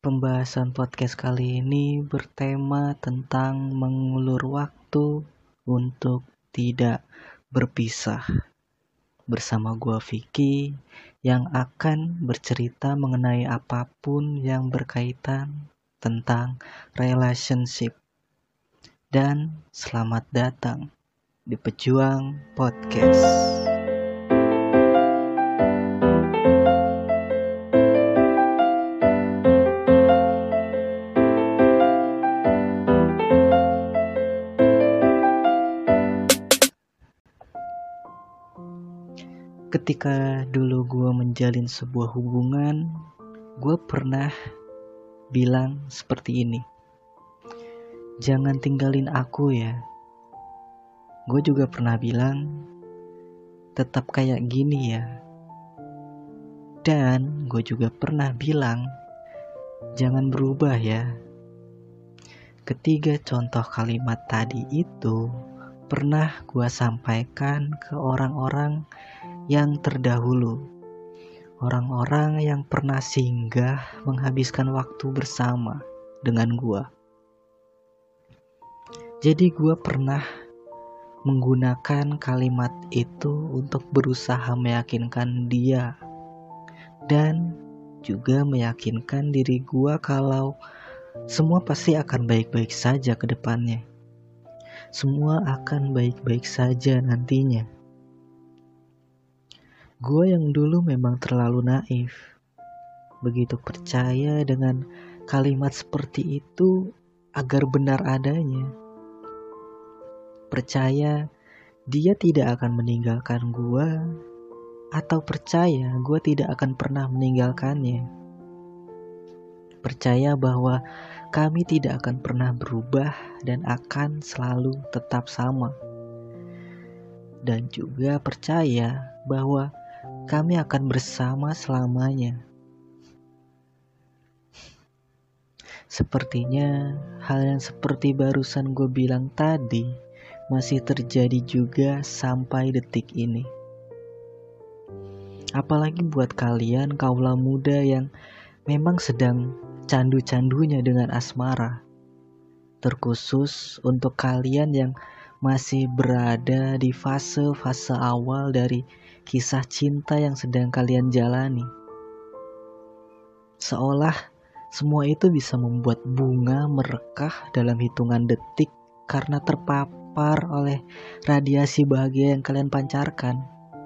Pembahasan podcast kali ini bertema tentang mengulur waktu untuk tidak berpisah. Bersama gua Vicky yang akan bercerita mengenai apapun yang berkaitan tentang relationship. Dan selamat datang di Pejuang Podcast. Ketika dulu gue menjalin sebuah hubungan, gue pernah bilang seperti ini. Jangan tinggalin aku ya. Gue juga pernah bilang, tetap kayak gini ya. Dan gue juga pernah bilang, jangan berubah ya. Ketiga contoh kalimat tadi itu pernah gue sampaikan ke orang-orang yang terdahulu, orang-orang yang pernah singgah menghabiskan waktu bersama dengan gua. Jadi gua pernah menggunakan kalimat itu untuk berusaha meyakinkan dia dan juga meyakinkan diri gua kalau semua pasti akan baik-baik saja ke depannya. Semua akan baik-baik saja nantinya. Gue yang dulu memang terlalu naif. Begitu percaya dengan kalimat seperti itu agar benar adanya. Percaya dia tidak akan meninggalkan gue, atau percaya gue tidak akan pernah meninggalkannya. Percaya bahwa kami tidak akan pernah berubah dan akan selalu tetap sama. Dan juga percaya bahwa kami akan bersama selamanya. Sepertinya hal yang seperti barusan gue bilang tadi masih terjadi juga sampai detik ini. Apalagi buat kalian kaula muda yang memang sedang candu-candunya dengan asmara. Terkhusus untuk kalian yang masih berada di fase-fase awal dari kisah cinta yang sedang kalian jalani. Seolah semua itu bisa membuat bunga merekah dalam hitungan detik karena terpapar oleh radiasi bahagia yang kalian pancarkan.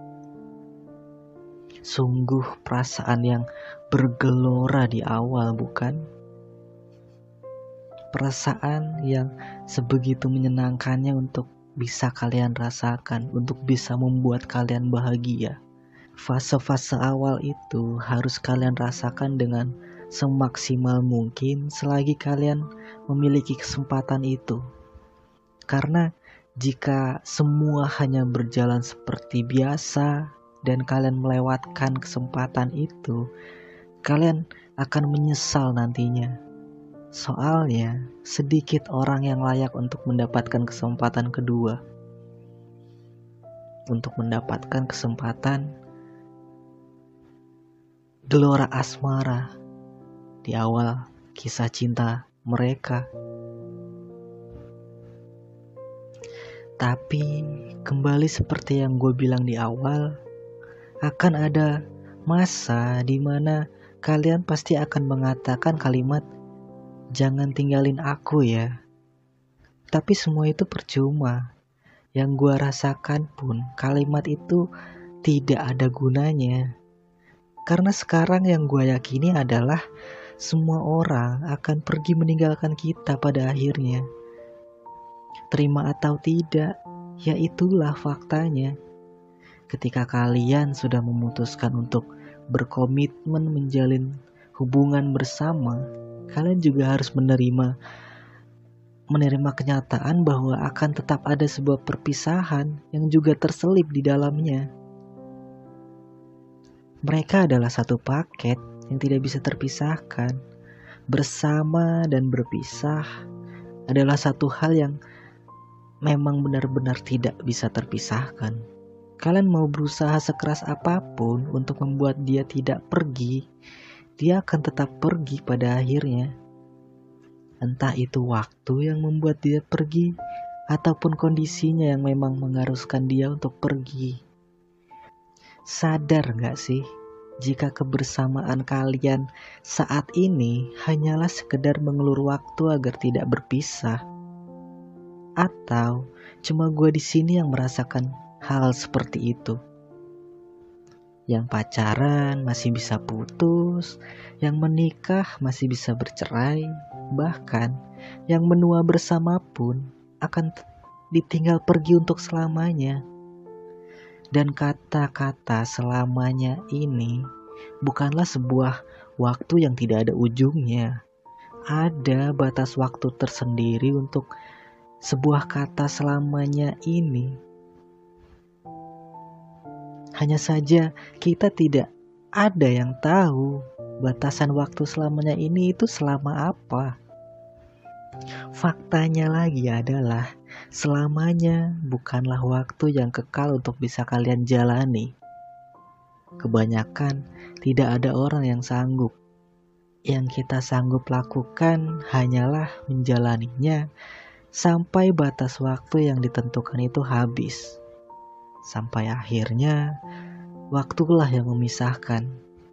Sungguh perasaan yang bergelora di awal, bukan? Perasaan yang sebegitu menyenangkannya untuk bisa kalian rasakan, untuk bisa membuat kalian bahagia. Fase-fase awal itu harus kalian rasakan dengan semaksimal mungkin selagi kalian memiliki kesempatan itu. Karena jika semua hanya berjalan seperti biasa dan kalian melewatkan kesempatan itu, kalian akan menyesal nantinya. Soalnya sedikit orang yang layak untuk mendapatkan kesempatan kedua. Untuk mendapatkan kesempatan gelora asmara di awal kisah cinta mereka. Tapi kembali seperti yang gue bilang di awal, akan ada masa di mana kalian pasti akan mengatakan kalimat jangan tinggalin aku ya. Tapi semua itu percuma. Yang gue rasakan pun kalimat itu tidak ada gunanya. Karena sekarang yang gue yakini adalah semua orang akan pergi meninggalkan kita pada akhirnya. Terima atau tidak, ya itulah faktanya. Ketika kalian sudah memutuskan untuk berkomitmen menjalin hubungan bersama, kalian juga harus menerima kenyataan bahwa akan tetap ada sebuah perpisahan yang juga terselip di dalamnya. Mereka adalah satu paket yang tidak bisa terpisahkan. Bersama dan berpisah adalah satu hal yang memang benar-benar tidak bisa terpisahkan. Kalian mau berusaha sekeras apapun untuk membuat dia tidak pergi, dia akan tetap pergi pada akhirnya. Entah itu waktu yang membuat dia pergi, ataupun kondisinya yang memang mengharuskan dia untuk pergi. Sadar gak sih, jika kebersamaan kalian saat ini hanyalah sekedar mengulur waktu agar tidak berpisah? Atau cuma gue di sini yang merasakan hal seperti itu? Yang pacaran masih bisa putus, yang menikah masih bisa bercerai, bahkan yang menua bersama pun akan ditinggal pergi untuk selamanya. Dan kata-kata selamanya ini bukanlah sebuah waktu yang tidak ada ujungnya. Ada batas waktu tersendiri untuk sebuah kata selamanya ini. Hanya saja kita tidak ada yang tahu batasan waktu selamanya ini itu selama apa. Faktanya lagi adalah selamanya bukanlah waktu yang kekal untuk bisa kalian jalani. Kebanyakan tidak ada orang yang sanggup. Yang kita sanggup lakukan hanyalah menjalaninya sampai batas waktu yang ditentukan itu habis. Sampai akhirnya waktulah yang memisahkan.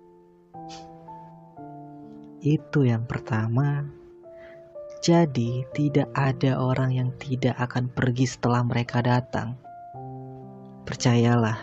Itu yang pertama. Jadi tidak ada orang yang tidak akan pergi setelah mereka datang. Percayalah.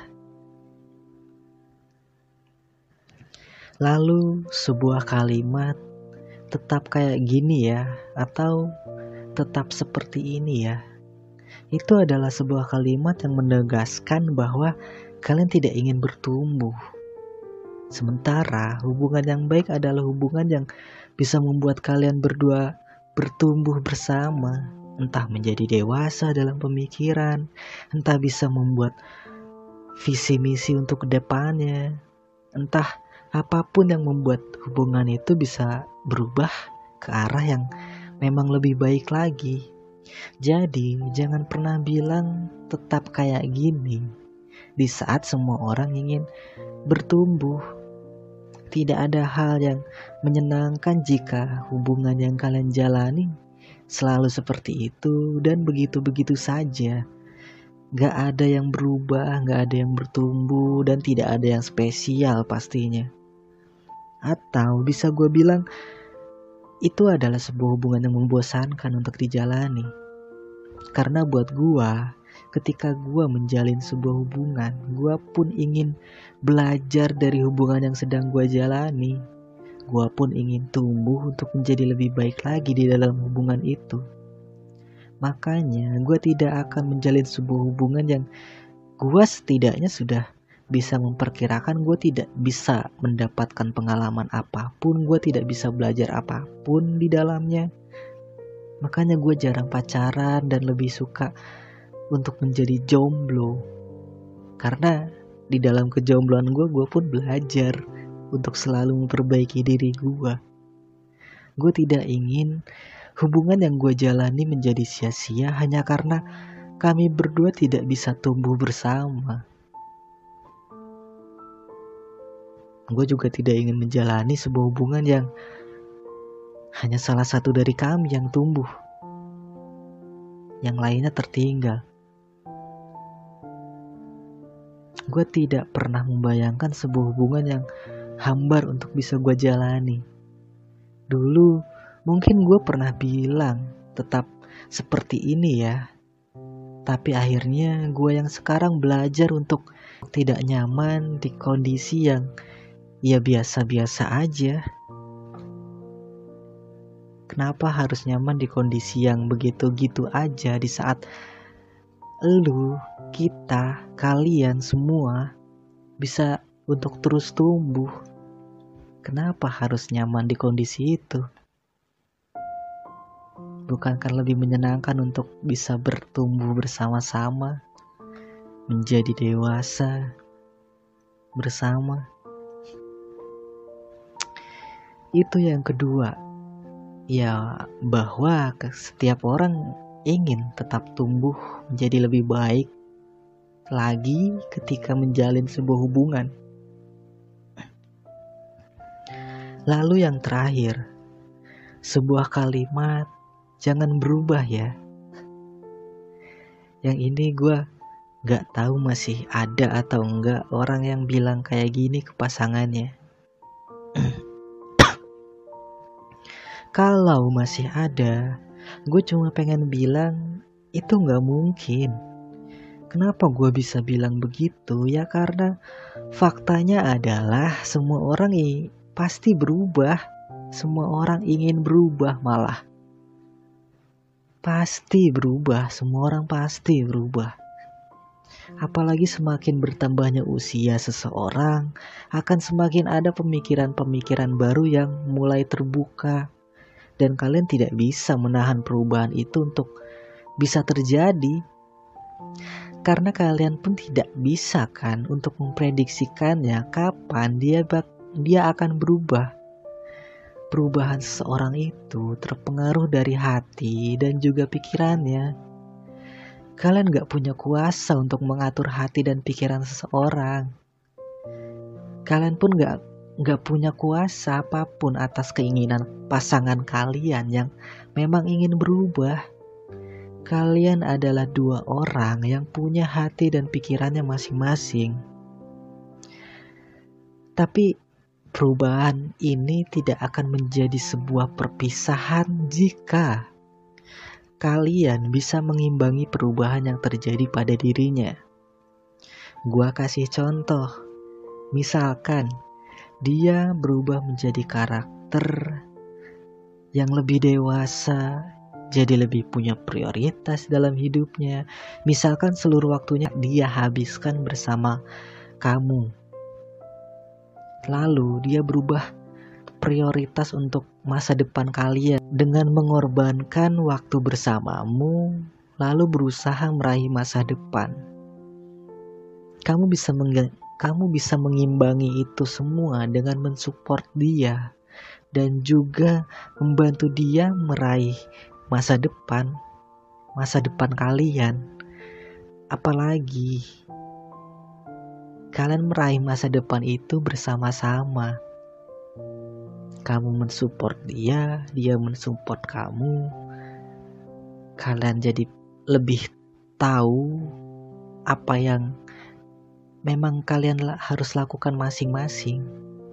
Lalu sebuah kalimat tetap kayak gini ya, atau tetap seperti ini ya. Itu adalah sebuah kalimat yang menegaskan bahwa kalian tidak ingin bertumbuh. Sementara hubungan yang baik adalah hubungan yang bisa membuat kalian berdua bertumbuh bersama. Entah menjadi dewasa dalam pemikiran, entah bisa membuat visi misi untuk kedepannya, entah apapun yang membuat hubungan itu bisa berubah ke arah yang memang lebih baik lagi. Jadi jangan pernah bilang tetap kayak gini di saat semua orang ingin bertumbuh. Tidak ada hal yang menyenangkan jika hubungan yang kalian jalani selalu seperti itu dan begitu-begitu saja. Gak ada yang berubah, gak ada yang bertumbuh, dan tidak ada yang spesial pastinya. Atau bisa gue bilang itu adalah sebuah hubungan yang membosankan untuk dijalani. Karena buat gua, ketika gua menjalin sebuah hubungan, gua pun ingin belajar dari hubungan yang sedang gua jalani. Gua pun ingin tumbuh untuk menjadi lebih baik lagi di dalam hubungan itu. Makanya gua tidak akan menjalin sebuah hubungan yang gua setidaknya sudah bisa memperkirakan gue tidak bisa mendapatkan pengalaman apapun, gue tidak bisa belajar apapun di dalamnya. Makanya gue jarang pacaran dan lebih suka untuk menjadi jomblo. Karena di dalam kejombloan gue pun belajar untuk selalu memperbaiki diri gue. Gue tidak ingin hubungan yang gue jalani menjadi sia-sia hanya karena kami berdua tidak bisa tumbuh bersama. Gue juga tidak ingin menjalani sebuah hubungan yang hanya salah satu dari kami yang tumbuh, yang lainnya tertinggal. Gue tidak pernah membayangkan sebuah hubungan yang hambar untuk bisa gue jalani. Dulu mungkin gue pernah bilang tetap seperti ini ya, tapi akhirnya gue yang sekarang belajar untuk tidak nyaman di kondisi yang ya biasa-biasa aja. Kenapa harus nyaman di kondisi yang begitu-gitu aja di saat lu, kita, kalian semua bisa untuk terus tumbuh? Kenapa harus nyaman di kondisi itu? Bukankah lebih menyenangkan untuk bisa bertumbuh bersama-sama, menjadi dewasa bersama? Itu yang kedua, ya bahwa setiap orang ingin tetap tumbuh menjadi lebih baik lagi ketika menjalin sebuah hubungan. Lalu yang terakhir, sebuah kalimat, jangan berubah ya. Yang ini gue gak tahu masih ada atau enggak orang yang bilang kayak gini ke pasangannya. Kalau masih ada, gue cuma pengen bilang itu gak mungkin. Kenapa gue bisa bilang begitu? Ya karena faktanya adalah semua orang pasti berubah. Semua orang ingin berubah malah. Pasti berubah, semua orang pasti berubah. Apalagi semakin bertambahnya usia seseorang, akan semakin ada pemikiran-pemikiran baru yang mulai terbuka. Dan kalian tidak bisa menahan perubahan itu untuk bisa terjadi. Karena kalian pun tidak bisa kan untuk memprediksikannya kapan dia akan berubah. Perubahan seseorang itu terpengaruh dari hati dan juga pikirannya. Kalian gak punya kuasa untuk mengatur hati dan pikiran seseorang. Kalian pun gak punya kuasa apapun atas keinginan pasangan kalian yang memang ingin berubah. Kalian adalah dua orang yang punya hati dan pikirannya masing-masing. Tapi perubahan ini tidak akan menjadi sebuah perpisahan jika kalian bisa mengimbangi perubahan yang terjadi pada dirinya. Gua kasih contoh. Misalkan dia berubah menjadi karakter yang lebih dewasa, jadi lebih punya prioritas dalam hidupnya. Misalkan seluruh waktunya dia habiskan bersama kamu. Lalu dia berubah prioritas untuk masa depan kalian dengan mengorbankan waktu bersamamu, lalu berusaha meraih masa depan. Kamu bisa mengimbangi itu semua dengan mensupport dia dan juga membantu dia meraih masa depan kalian. Apalagi kalian meraih masa depan itu bersama-sama. Kamu mensupport dia mensupport kamu. Kalian jadi lebih tahu apa yang memang kalian harus lakukan masing-masing.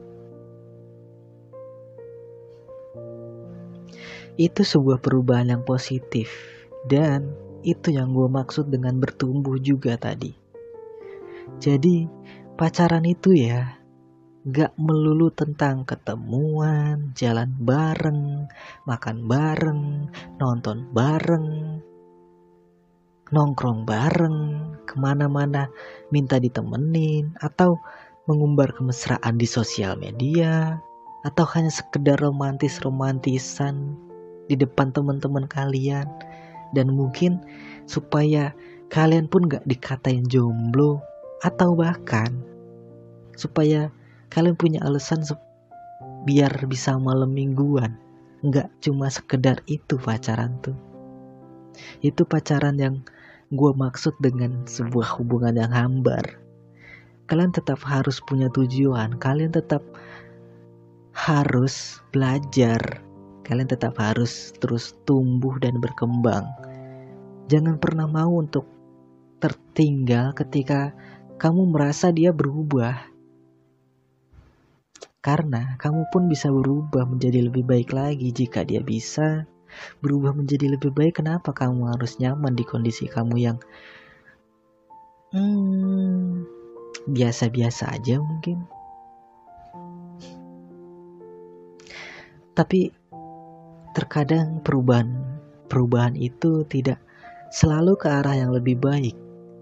Itu sebuah perubahan yang positif. Dan itu yang gue maksud dengan bertumbuh juga tadi. Jadi pacaran itu ya gak melulu tentang ketemuan, jalan bareng, makan bareng, nonton bareng, nongkrong bareng, kemana-mana minta ditemenin, atau mengumbar kemesraan di sosial media, atau hanya sekedar romantisan di depan teman-teman kalian. Dan mungkin supaya kalian pun gak dikatain jomblo, atau bahkan supaya kalian punya alasan biar bisa malam mingguan. Gak cuma sekedar itu pacaran tuh. Itu pacaran yang gue maksud dengan sebuah hubungan yang hambar. Kalian tetap harus punya tujuan. Kalian tetap harus belajar. Kalian tetap harus terus tumbuh dan berkembang. Jangan pernah mau untuk tertinggal ketika kamu merasa dia berubah. Karena kamu pun bisa berubah menjadi lebih baik lagi. Jika dia bisa berubah menjadi lebih baik, kenapa kamu harus nyaman di kondisi kamu yang biasa-biasa aja mungkin. Tapi terkadang perubahan itu tidak selalu ke arah yang lebih baik.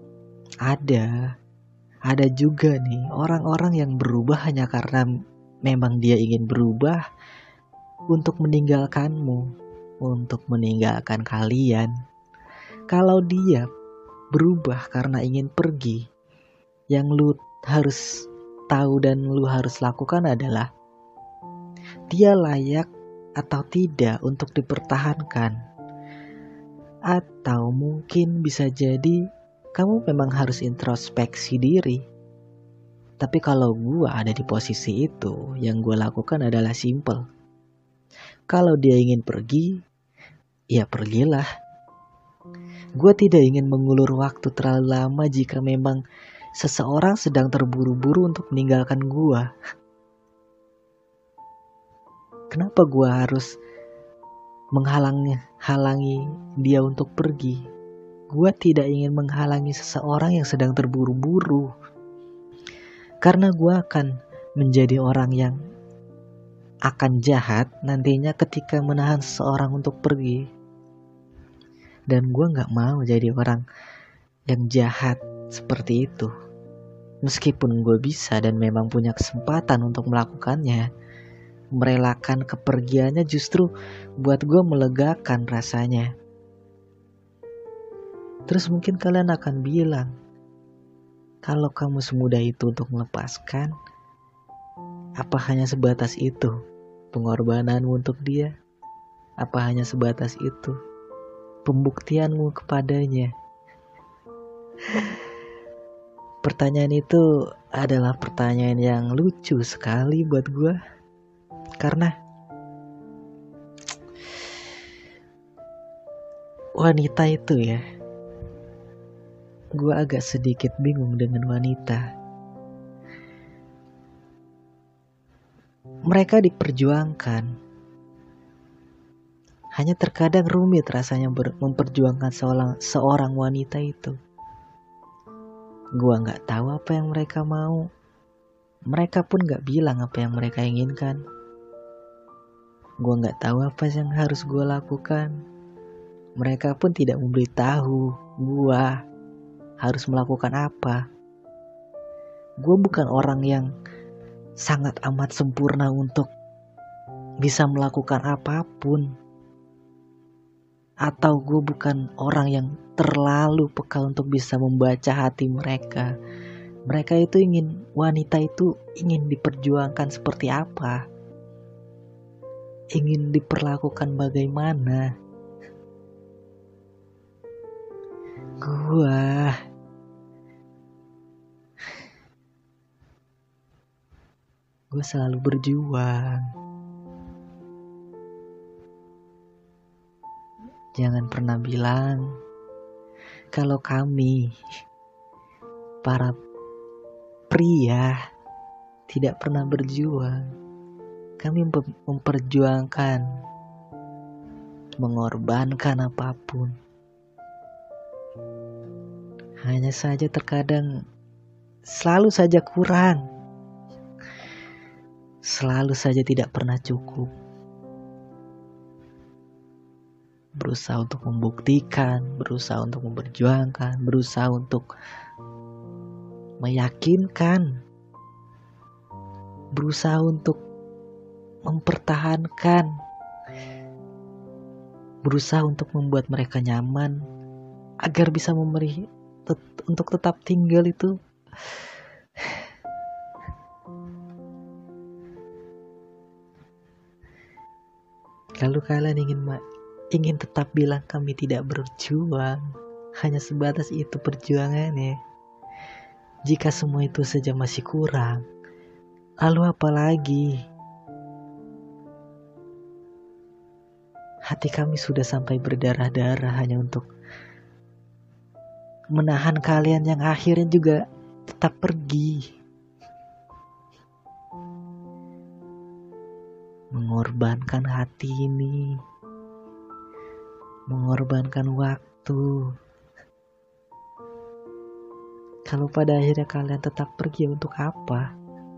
Ada juga nih orang-orang yang berubah hanya karena memang dia ingin berubah untuk meninggalkanmu, untuk meninggalkan kalian. Kalau dia berubah karena ingin pergi, yang lu harus tahu dan lu harus lakukan adalah dia layak atau tidak untuk dipertahankan. Atau mungkin bisa jadi kamu memang harus introspeksi diri. Tapi kalau gue ada di posisi itu, yang gue lakukan adalah simple. Kalau dia ingin pergi, ya pergilah. Gue tidak ingin mengulur waktu terlalu lama jika memang seseorang sedang terburu-buru untuk meninggalkan gue. Kenapa gue harus menghalangi dia untuk pergi? Gue tidak ingin menghalangi seseorang yang sedang terburu-buru. Karena gue akan menjadi orang yang akan jahat nantinya ketika menahan seseorang untuk pergi. Dan gue gak mau jadi orang yang jahat seperti itu. Meskipun gue bisa dan memang punya kesempatan untuk melakukannya, merelakan kepergiannya justru buat gue melegakan rasanya. Terus mungkin kalian akan bilang, kalau kamu semudah itu untuk melepaskan, apa hanya sebatas itu pengorbananmu untuk dia? Apa hanya sebatas itu pembuktianmu kepadanya? Pertanyaan itu adalah pertanyaan yang lucu sekali buat gue. Karena wanita itu ya, gue agak sedikit bingung dengan wanita. Mereka diperjuangkan, hanya terkadang rumit rasanya memperjuangkan seorang wanita itu. Gue gak tahu apa yang mereka mau. Mereka pun gak bilang apa yang mereka inginkan. Gue gak tahu apa yang harus gue lakukan. Mereka pun tidak memberitahu gue harus melakukan apa. Gue bukan orang yang sangat amat sempurna untuk bisa melakukan apapun. Atau gue bukan orang yang terlalu peka untuk bisa membaca hati mereka. Mereka itu wanita itu ingin diperjuangkan seperti apa? Ingin diperlakukan bagaimana? Gue selalu berjuang. Jangan pernah bilang kalau kami para pria tidak pernah berjuang. Kami memperjuangkan, mengorbankan apapun. Hanya saja terkadang selalu saja kurang. Selalu saja tidak pernah cukup. Berusaha untuk membuktikan, berusaha untuk memperjuangkan, berusaha untuk meyakinkan, berusaha untuk mempertahankan, berusaha untuk membuat mereka nyaman agar bisa untuk tetap tinggal itu. Lalu kalian ingin tetap bilang kami tidak berjuang, hanya sebatas itu perjuangannya. Jika semua itu saja masih kurang, lalu apa lagi? Hati kami sudah sampai berdarah-darah hanya untuk menahan kalian yang akhirnya juga tetap pergi. Mengorbankan hati ini, mengorbankan waktu. Kalau pada akhirnya kalian tetap pergi, untuk apa?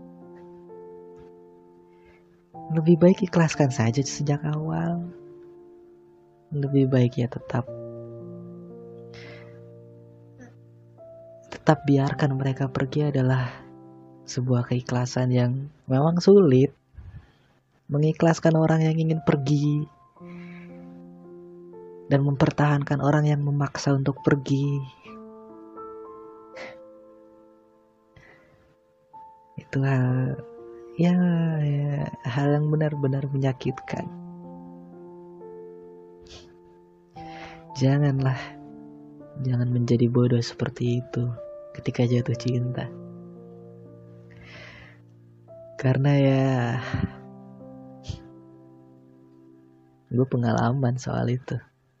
Lebih baik ikhlaskan saja sejak awal. Lebih baik ya tetap biarkan mereka pergi adalah sebuah keikhlasan yang memang sulit. Mengikhlaskan orang yang ingin pergi dan mempertahankan orang yang memaksa untuk pergi, itu hal yang benar-benar menyakitkan. Jangan menjadi bodoh seperti itu ketika jatuh cinta. Karena ya gue pengalaman soal itu.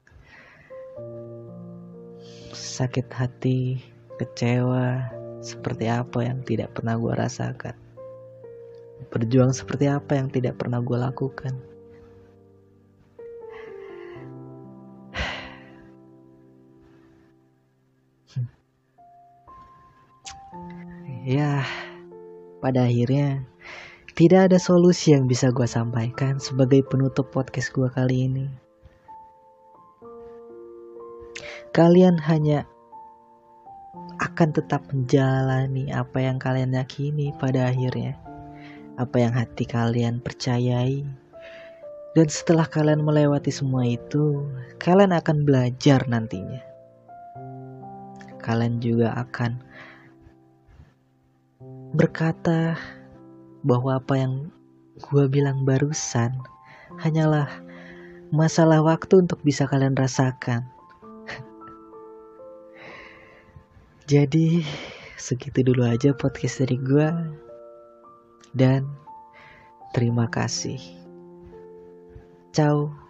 Sakit hati, kecewa, seperti apa yang tidak pernah gue rasakan. Berjuang seperti apa yang tidak pernah gue lakukan. Ya, pada akhirnya tidak ada solusi yang bisa gue sampaikan sebagai penutup podcast gue kali ini. Kalian hanya akan tetap menjalani apa yang kalian yakini pada akhirnya. Apa yang hati kalian percayai. Dan setelah kalian melewati semua itu, kalian akan belajar nantinya. Kalian juga akan berkata bahwa apa yang gue bilang barusan hanyalah masalah waktu untuk bisa kalian rasakan. Jadi segitu dulu aja podcast dari gue. Dan terima kasih. Ciao.